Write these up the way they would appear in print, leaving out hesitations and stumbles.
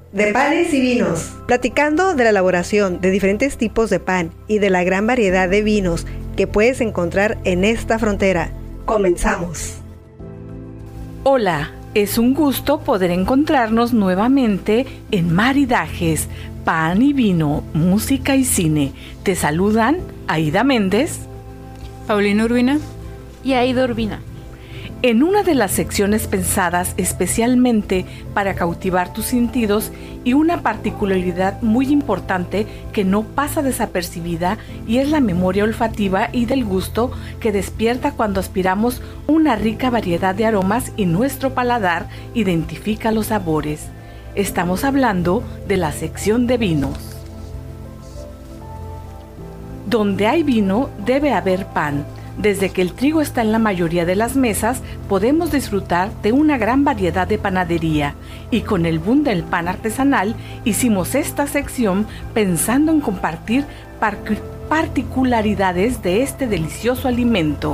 de panes y vinos. Platicando de la elaboración de diferentes tipos de pan y de la gran variedad de vinos que puedes encontrar en esta frontera. Comenzamos. Hola, es un gusto poder encontrarnos nuevamente en Maridajes, Pan y Vino, Música y Cine. Te saludan Aida Méndez, Paulina Urbina y Aida Urbina. En una de las secciones pensadas especialmente para cautivar tus sentidos y una particularidad muy importante que no pasa desapercibida, y es la memoria olfativa y del gusto que despierta cuando aspiramos una rica variedad de aromas y nuestro paladar identifica los sabores. Estamos hablando de la sección de vinos. Donde hay vino debe haber pan. Desde que el trigo está en la mayoría de las mesas, podemos disfrutar de una gran variedad de panadería. Y con el boom del pan artesanal, hicimos esta sección pensando en compartir particularidades de este delicioso alimento.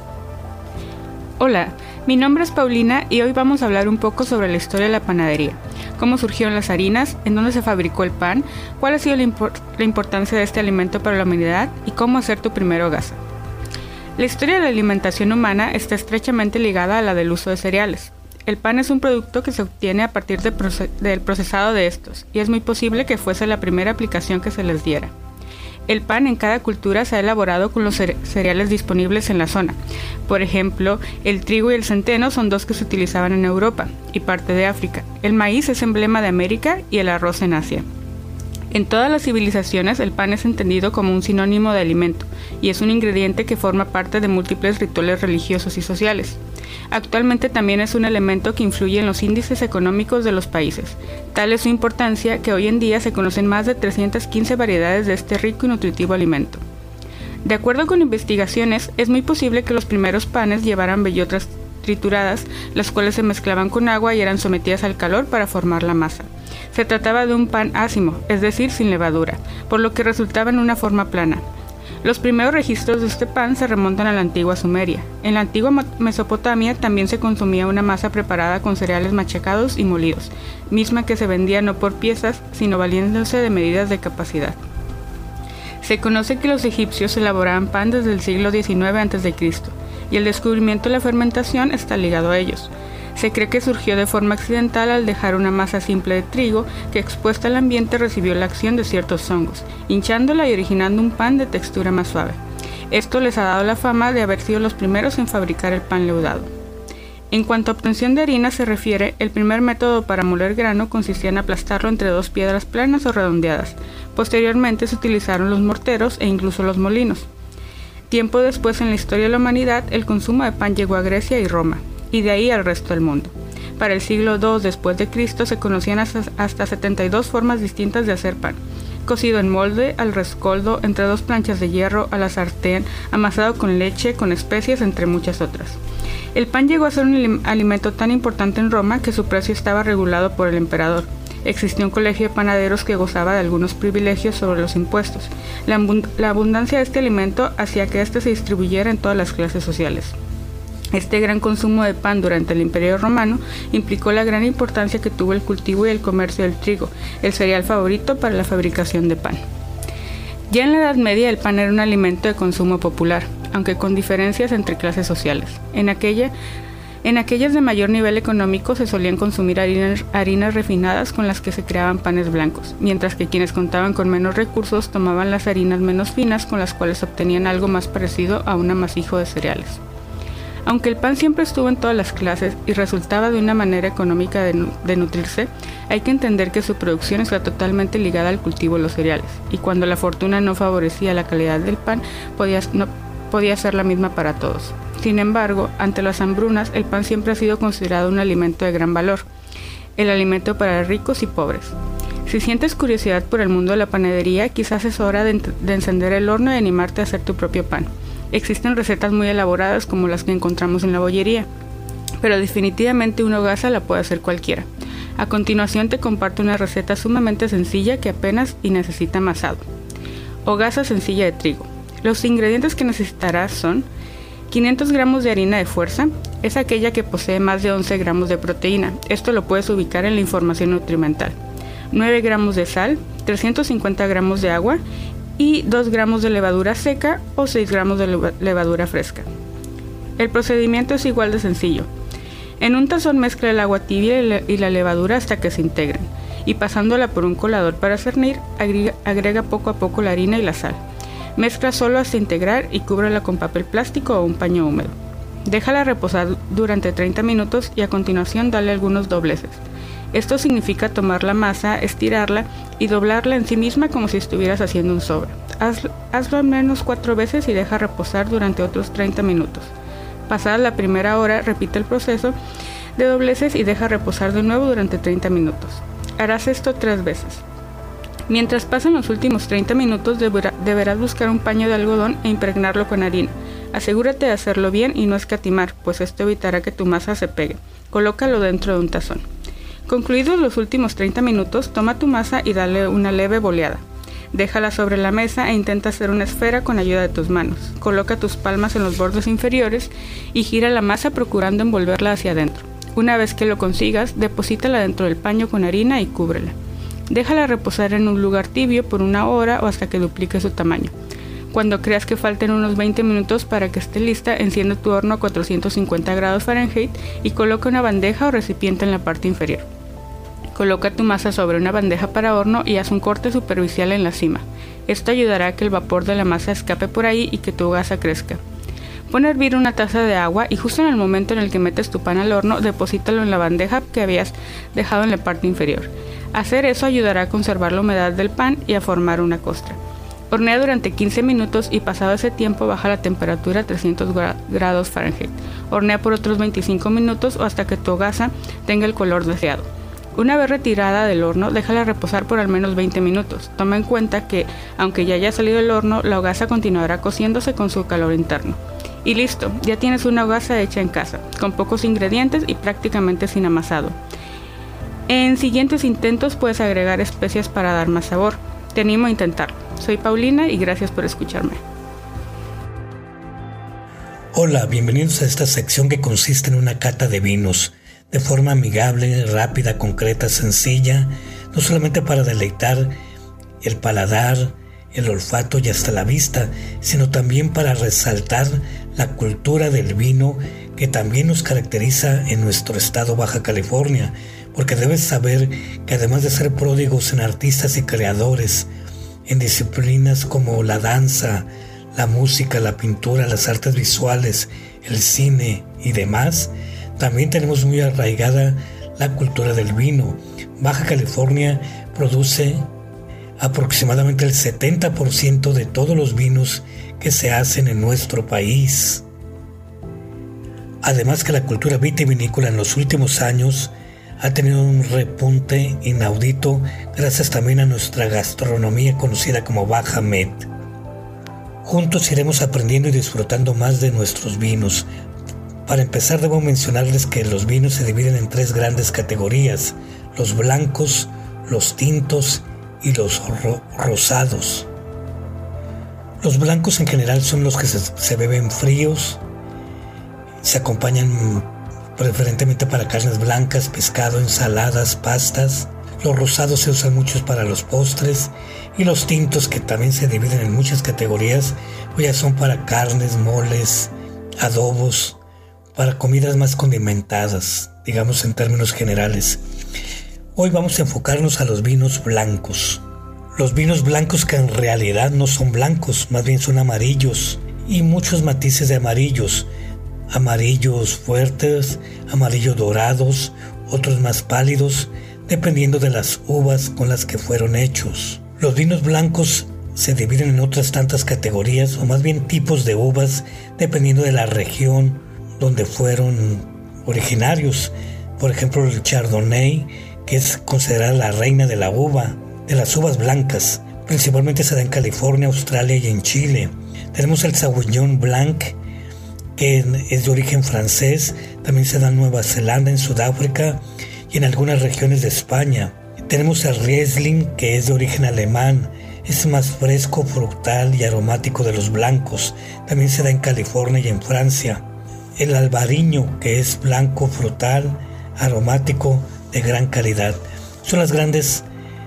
Hola, mi nombre es Paulina y hoy vamos a hablar un poco sobre la historia de la panadería. Cómo surgieron las harinas, en dónde se fabricó el pan, cuál ha sido la importancia de este alimento para la humanidad y cómo hacer tu primer hogaza. La historia de la alimentación humana está estrechamente ligada a la del uso de cereales. El pan es un producto que se obtiene a partir del procesado de estos, y es muy posible que fuese la primera aplicación que se les diera. El pan en cada cultura se ha elaborado con los cereales disponibles en la zona. Por ejemplo, el trigo y el centeno son dos que se utilizaban en Europa y parte de África. El maíz es emblema de América y el arroz en Asia. En todas las civilizaciones, el pan es entendido como un sinónimo de alimento y es un ingrediente que forma parte de múltiples rituales religiosos y sociales. Actualmente también es un elemento que influye en los índices económicos de los países. Tal es su importancia que hoy en día se conocen más de 315 variedades de este rico y nutritivo alimento. De acuerdo con investigaciones, es muy posible que los primeros panes llevaran bellotas trituradas, las cuales se mezclaban con agua y eran sometidas al calor para formar la masa. Se trataba de un pan ácimo, es decir, sin levadura, por lo que resultaba en una forma plana. Los primeros registros de este pan se remontan a la antigua Sumeria. En la antigua Mesopotamia también se consumía una masa preparada con cereales machacados y molidos, misma que se vendía no por piezas, sino valiéndose de medidas de capacidad. Se conoce que los egipcios elaboraban pan desde el siglo XIX a.C., y el descubrimiento de la fermentación está ligado a ellos. Se cree que surgió de forma accidental al dejar una masa simple de trigo que, expuesta al ambiente, recibió la acción de ciertos hongos, hinchándola y originando un pan de textura más suave. Esto les ha dado la fama de haber sido los primeros en fabricar el pan leudado. En cuanto a obtención de harina se refiere, el primer método para moler grano consistía en aplastarlo entre dos piedras planas o redondeadas. Posteriormente se utilizaron los morteros e incluso los molinos. Tiempo después, en la historia de la humanidad, el consumo de pan llegó a Grecia y Roma, y de ahí al resto del mundo. Para el siglo II después de Cristo se conocían hasta 72 formas distintas de hacer pan: cocido en molde, al rescoldo, entre dos planchas de hierro, a la sartén, amasado con leche, con especias, entre muchas otras. El pan llegó a ser un alimento tan importante en Roma que su precio estaba regulado por el emperador. Existía un colegio de panaderos que gozaba de algunos privilegios sobre los impuestos. La abundancia de este alimento hacía que éste se distribuyera en todas las clases sociales. Este gran consumo de pan durante el Imperio Romano implicó la gran importancia que tuvo el cultivo y el comercio del trigo, el cereal favorito para la fabricación de pan. Ya en la Edad Media el pan era un alimento de consumo popular, aunque con diferencias entre clases sociales. En aquellas de mayor nivel económico se solían consumir harinas refinadas con las que se creaban panes blancos, mientras que quienes contaban con menos recursos tomaban las harinas menos finas con las cuales obtenían algo más parecido a un amasijo de cereales. Aunque el pan siempre estuvo en todas las clases y resultaba de una manera económica de nutrirse, hay que entender que su producción está totalmente ligada al cultivo de los cereales, y cuando la fortuna no favorecía la calidad del pan, no podía ser la misma para todos. Sin embargo, ante las hambrunas, el pan siempre ha sido considerado un alimento de gran valor, el alimento para ricos y pobres. Si sientes curiosidad por el mundo de la panadería, quizás es hora de encender el horno y animarte a hacer tu propio pan. Existen recetas muy elaboradas como las que encontramos en la bollería, pero definitivamente una hogaza la puede hacer cualquiera. A continuación te comparto una receta sumamente sencilla que apenas y necesita amasado. Hogaza sencilla de trigo. Los ingredientes que necesitarás son 500 gramos de harina de fuerza, es aquella que posee más de 11 gramos de proteína. Esto lo puedes ubicar en la información nutrimental. 9 gramos de sal, 350 gramos de agua y 2 gramos de levadura seca o 6 gramos de levadura fresca. El procedimiento es igual de sencillo. En un tazón mezcla el agua tibia y la levadura hasta que se integren, y pasándola por un colador para cernir, agrega poco a poco la harina y la sal. Mezcla solo hasta integrar y cúbrela con papel plástico o un paño húmedo. Déjala reposar durante 30 minutos y a continuación dale algunos dobleces. Esto significa tomar la masa, estirarla y doblarla en sí misma como si estuvieras haciendo un sobre. Hazlo al menos 4 veces y deja reposar durante otros 30 minutos. Pasada la primera hora, repite el proceso de dobleces y deja reposar de nuevo durante 30 minutos. Harás esto 3 veces. Mientras pasen los últimos 30 minutos, deberás buscar un paño de algodón e impregnarlo con harina. Asegúrate de hacerlo bien y no escatimar, pues esto evitará que tu masa se pegue. Colócalo dentro de un tazón. Concluidos los últimos 30 minutos, toma tu masa y dale una leve boleada. Déjala sobre la mesa e intenta hacer una esfera con ayuda de tus manos. Coloca tus palmas en los bordes inferiores y gira la masa procurando envolverla hacia adentro. Una vez que lo consigas, deposítala dentro del paño con harina y cúbrela. Déjala reposar en un lugar tibio por 1 hora o hasta que duplique su tamaño. Cuando creas que falten unos 20 minutos para que esté lista, enciende tu horno a 450 grados Fahrenheit y coloca una bandeja o recipiente en la parte inferior. Coloca tu masa sobre una bandeja para horno y haz un corte superficial en la cima. Esto ayudará a que el vapor de la masa escape por ahí y que tu gasa crezca. Pon a hervir una taza de agua y justo en el momento en el que metes tu pan al horno, deposítalo en la bandeja que habías dejado en la parte inferior. Hacer eso ayudará a conservar la humedad del pan y a formar una costra. Hornea durante 15 minutos y pasado ese tiempo baja la temperatura a 300 grados Fahrenheit. Hornea por otros 25 minutos o hasta que tu gasa tenga el color deseado. Una vez retirada del horno, déjala reposar por al menos 20 minutos. Toma en cuenta que, aunque ya haya salido del horno, la hogaza continuará cociéndose con su calor interno. Y listo, ya tienes una hogaza hecha en casa, con pocos ingredientes y prácticamente sin amasado. En siguientes intentos puedes agregar especias para dar más sabor. Te animo a intentarlo. Soy Paulina y gracias por escucharme. Hola, bienvenidos a esta sección que consiste en una cata de vinos, de forma amigable, rápida, concreta, sencilla, no solamente para deleitar el paladar, el olfato y hasta la vista, sino también para resaltar la cultura del vino que también nos caracteriza en nuestro estado Baja California, porque debes saber que además de ser pródigos en artistas y creadores, en disciplinas como la danza, la música, la pintura, las artes visuales, el cine y demás, también tenemos muy arraigada la cultura del vino. Baja California produce aproximadamente el 70% de todos los vinos que se hacen en nuestro país. Además que la cultura vitivinícola en los últimos años ha tenido un repunte inaudito gracias también a nuestra gastronomía conocida como Baja Med. Juntos iremos aprendiendo y disfrutando más de nuestros vinos. Para empezar, debo mencionarles que los vinos se dividen en 3 grandes categorías: los blancos, los tintos y los rosados. Los blancos en general son los que se beben fríos, se acompañan preferentemente para carnes blancas, pescado, ensaladas, pastas. Los rosados se usan muchos para los postres y los tintos, que también se dividen en muchas categorías, pues ya son para carnes, moles, adobos, para comidas más condimentadas, digamos en términos generales. Hoy vamos a enfocarnos a los vinos blancos. Los vinos blancos que en realidad no son blancos, más bien son amarillos y muchos matices de amarillos. Amarillos fuertes, amarillos dorados, otros más pálidos, dependiendo de las uvas con las que fueron hechos. Los vinos blancos se dividen en otras tantas categorías, o más bien tipos de uvas, dependiendo de la región donde fueron originarios. Por ejemplo, el Chardonnay, que es considerada la reina de la uva, de las uvas blancas. Principalmente se da en California, Australia y en Chile. Tenemos el Sauvignon Blanc, que es de origen francés. También se da en Nueva Zelanda, en Sudáfrica y en algunas regiones de España. Tenemos el Riesling, que es de origen alemán. Es más fresco, frutal y aromático de los blancos. También se da en California y en Francia. El Albariño, que es blanco, frutal, aromático, de gran calidad. Son las grandes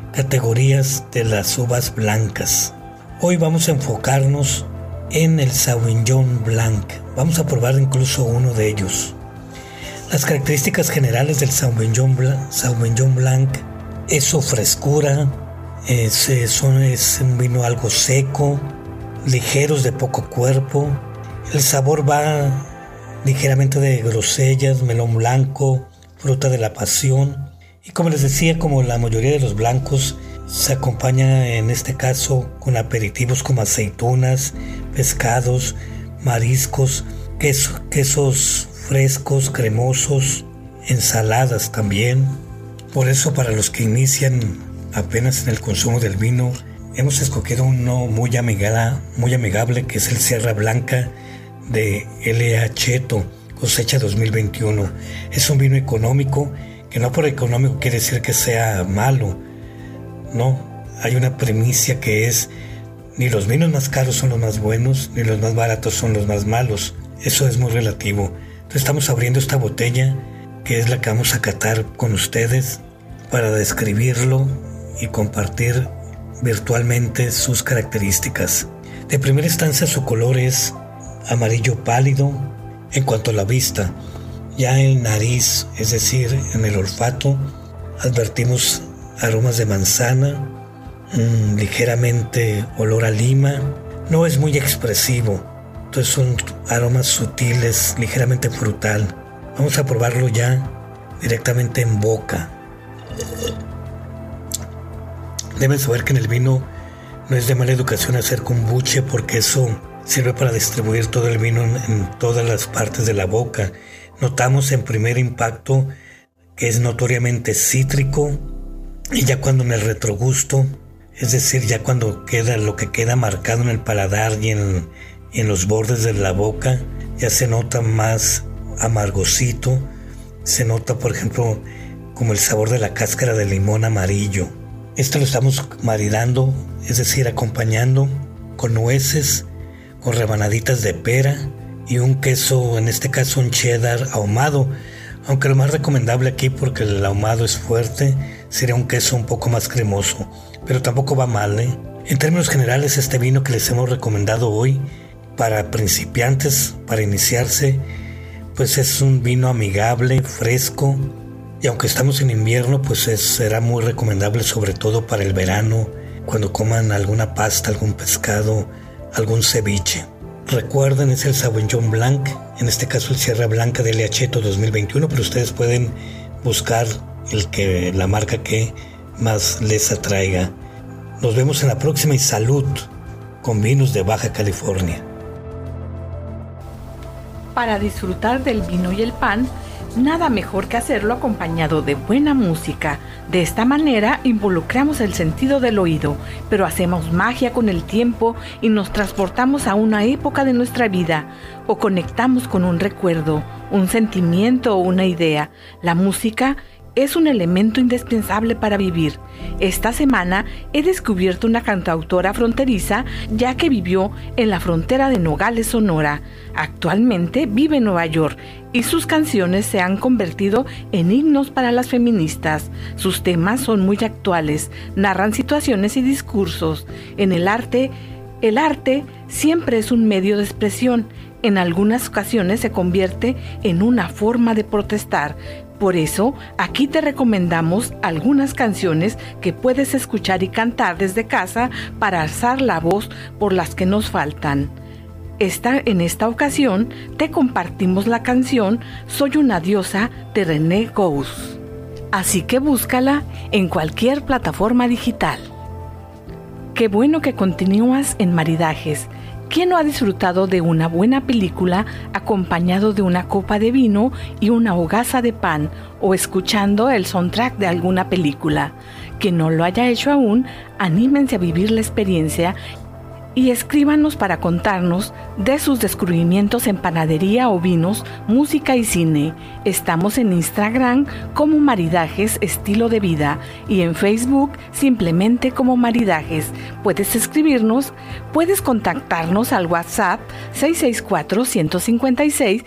categorías de las uvas blancas. Hoy vamos a enfocarnos en el Sauvignon Blanc. Vamos a probar incluso uno de ellos. Las características generales del Sauvignon Blanc es su frescura, es un vino algo seco, ligeros de poco cuerpo. El sabor va ligeramente de grosellas, melón blanco, fruta de la pasión. Y como les decía, como la mayoría de los blancos, se acompaña en este caso con aperitivos como aceitunas, pescados, mariscos, quesos frescos, cremosos, ensaladas también. Por eso, para los que inician apenas en el consumo del vino, hemos escogido uno muy amigable, que es el Sierra Blanca de L.A. Cheto, cosecha 2021. Es un vino económico, que no por económico quiere decir que sea malo. No, hay una premisa que es: ni los vinos más caros son los más buenos, ni los más baratos son los más malos. Eso es muy relativo. Entonces estamos abriendo esta botella, que es la que vamos a catar con ustedes, para describirlo y compartir virtualmente sus características. De primera instancia, su color es amarillo pálido en cuanto a la vista. Ya en nariz, es decir, en el olfato, advertimos aromas de manzana, ligeramente olor a lima. No es muy expresivo, entonces son aromas sutiles, ligeramente frutal. Vamos a probarlo ya directamente en boca. Deben saber que en el vino no es de mala educación hacer kombucha, porque eso sirve para distribuir todo el vino en todas las partes de la boca. Notamos en primer impacto que es notoriamente cítrico, y ya cuando en el retrogusto, es decir, ya cuando queda lo que queda marcado en el paladar y en los bordes de la boca, ya se nota más amargosito. Se nota, por ejemplo, como el sabor de la cáscara de limón amarillo. Esto lo estamos maridando, es decir, acompañando con nueces, con rebanaditas de pera y un queso, en este caso un cheddar ahumado, aunque lo más recomendable aquí, porque el ahumado es fuerte, sería un queso un poco más cremoso, pero tampoco va mal, ¿eh? En términos generales, este vino que les hemos recomendado hoy para principiantes, para iniciarse, pues es un vino amigable, fresco, y aunque estamos en invierno, pues será muy recomendable, sobre todo para el verano, cuando coman alguna pasta, algún pescado, algún ceviche. Recuerden, es el Sauvignon Blanc, en este caso el Sierra Blanca de L.A. Cheto 2021, pero ustedes pueden buscar la marca que más les atraiga. Nos vemos en la próxima, y salud con vinos de Baja California. Para disfrutar del vino y el pan, nada mejor que hacerlo acompañado de buena música. De esta manera involucramos el sentido del oído, pero hacemos magia con el tiempo y nos transportamos a una época de nuestra vida, o conectamos con un recuerdo, un sentimiento o una idea. La música es un elemento indispensable para vivir. Esta semana he descubierto una cantautora fronteriza, ya que vivió en la frontera de Nogales, Sonora. Actualmente vive en Nueva York y sus canciones se han convertido en himnos para las feministas. Sus temas son muy actuales, narran situaciones y discursos. En el arte siempre es un medio de expresión. En algunas ocasiones se convierte en una forma de protestar. Por eso, aquí te recomendamos algunas canciones que puedes escuchar y cantar desde casa para alzar la voz por las que nos faltan. En esta ocasión, te compartimos la canción Soy una diosa de René Gous. Así que búscala en cualquier plataforma digital. Qué bueno que continúas en Maridajes. ¿Quién no ha disfrutado de una buena película acompañado de una copa de vino y una hogaza de pan, o escuchando el soundtrack de alguna película? Quien no lo haya hecho aún, anímense a vivir la experiencia y escríbanos para contarnos de sus descubrimientos en panadería o vinos, música y cine. Estamos en Instagram como Maridajes Estilo de Vida y en Facebook simplemente como Maridajes. Puedes escribirnos, puedes contactarnos al WhatsApp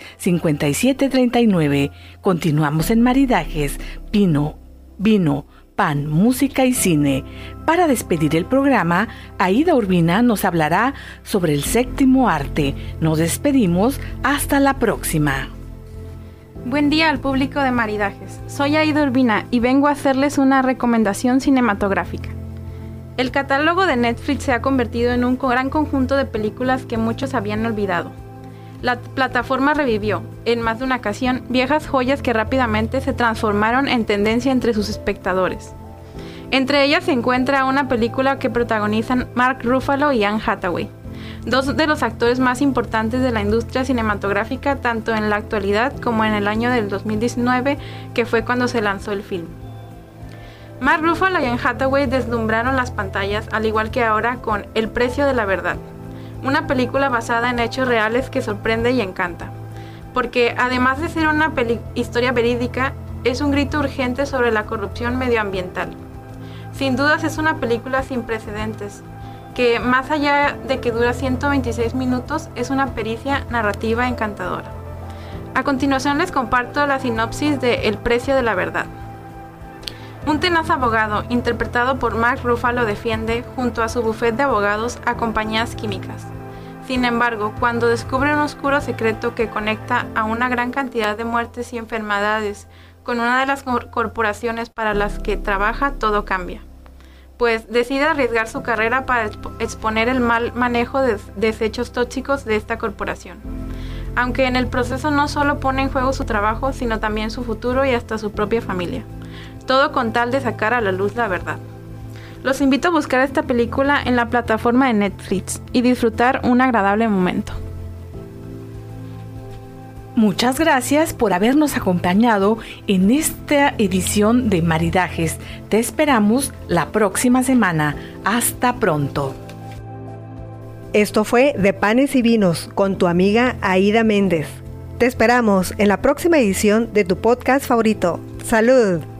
664-156-5739. Continuamos en Maridajes, vino, pan, música y cine. Para despedir el programa, Aida Urbina nos hablará sobre el séptimo arte. Nos despedimos, hasta la próxima. Buen día al público de Maridajes. Soy Aida Urbina y vengo a hacerles una recomendación cinematográfica. El catálogo de Netflix se ha convertido en un gran conjunto de películas que muchos habían olvidado. La plataforma revivió, en más de una ocasión, viejas joyas que rápidamente se transformaron en tendencia entre sus espectadores. Entre ellas se encuentra una película que protagonizan Mark Ruffalo y Anne Hathaway, dos de los actores más importantes de la industria cinematográfica tanto en la actualidad como en el año del 2019, que fue cuando se lanzó el film. Mark Ruffalo y Anne Hathaway deslumbraron las pantallas, al igual que ahora con El precio de la verdad, una película basada en hechos reales que sorprende y encanta, porque además de ser una historia verídica, es un grito urgente sobre la corrupción medioambiental. Sin dudas es una película sin precedentes, que más allá de que dura 126 minutos, es una pericia narrativa encantadora. A continuación les comparto la sinopsis de El precio de la verdad. Un tenaz abogado, interpretado por Mark Ruffalo, defiende, junto a su bufete de abogados, a compañías químicas. Sin embargo, cuando descubre un oscuro secreto que conecta a una gran cantidad de muertes y enfermedades con una de las corporaciones para las que trabaja, todo cambia. Pues decide arriesgar su carrera para exponer el mal manejo de desechos tóxicos de esta corporación. Aunque en el proceso no solo pone en juego su trabajo, sino también su futuro y hasta su propia familia. Todo con tal de sacar a la luz la verdad. Los invito a buscar esta película en la plataforma de Netflix y disfrutar un agradable momento. Muchas gracias por habernos acompañado en esta edición de Maridajes. Te esperamos la próxima semana. Hasta pronto. Esto fue De Panes y Vinos con tu amiga Aida Méndez. Te esperamos en la próxima edición de tu podcast favorito. ¡Salud!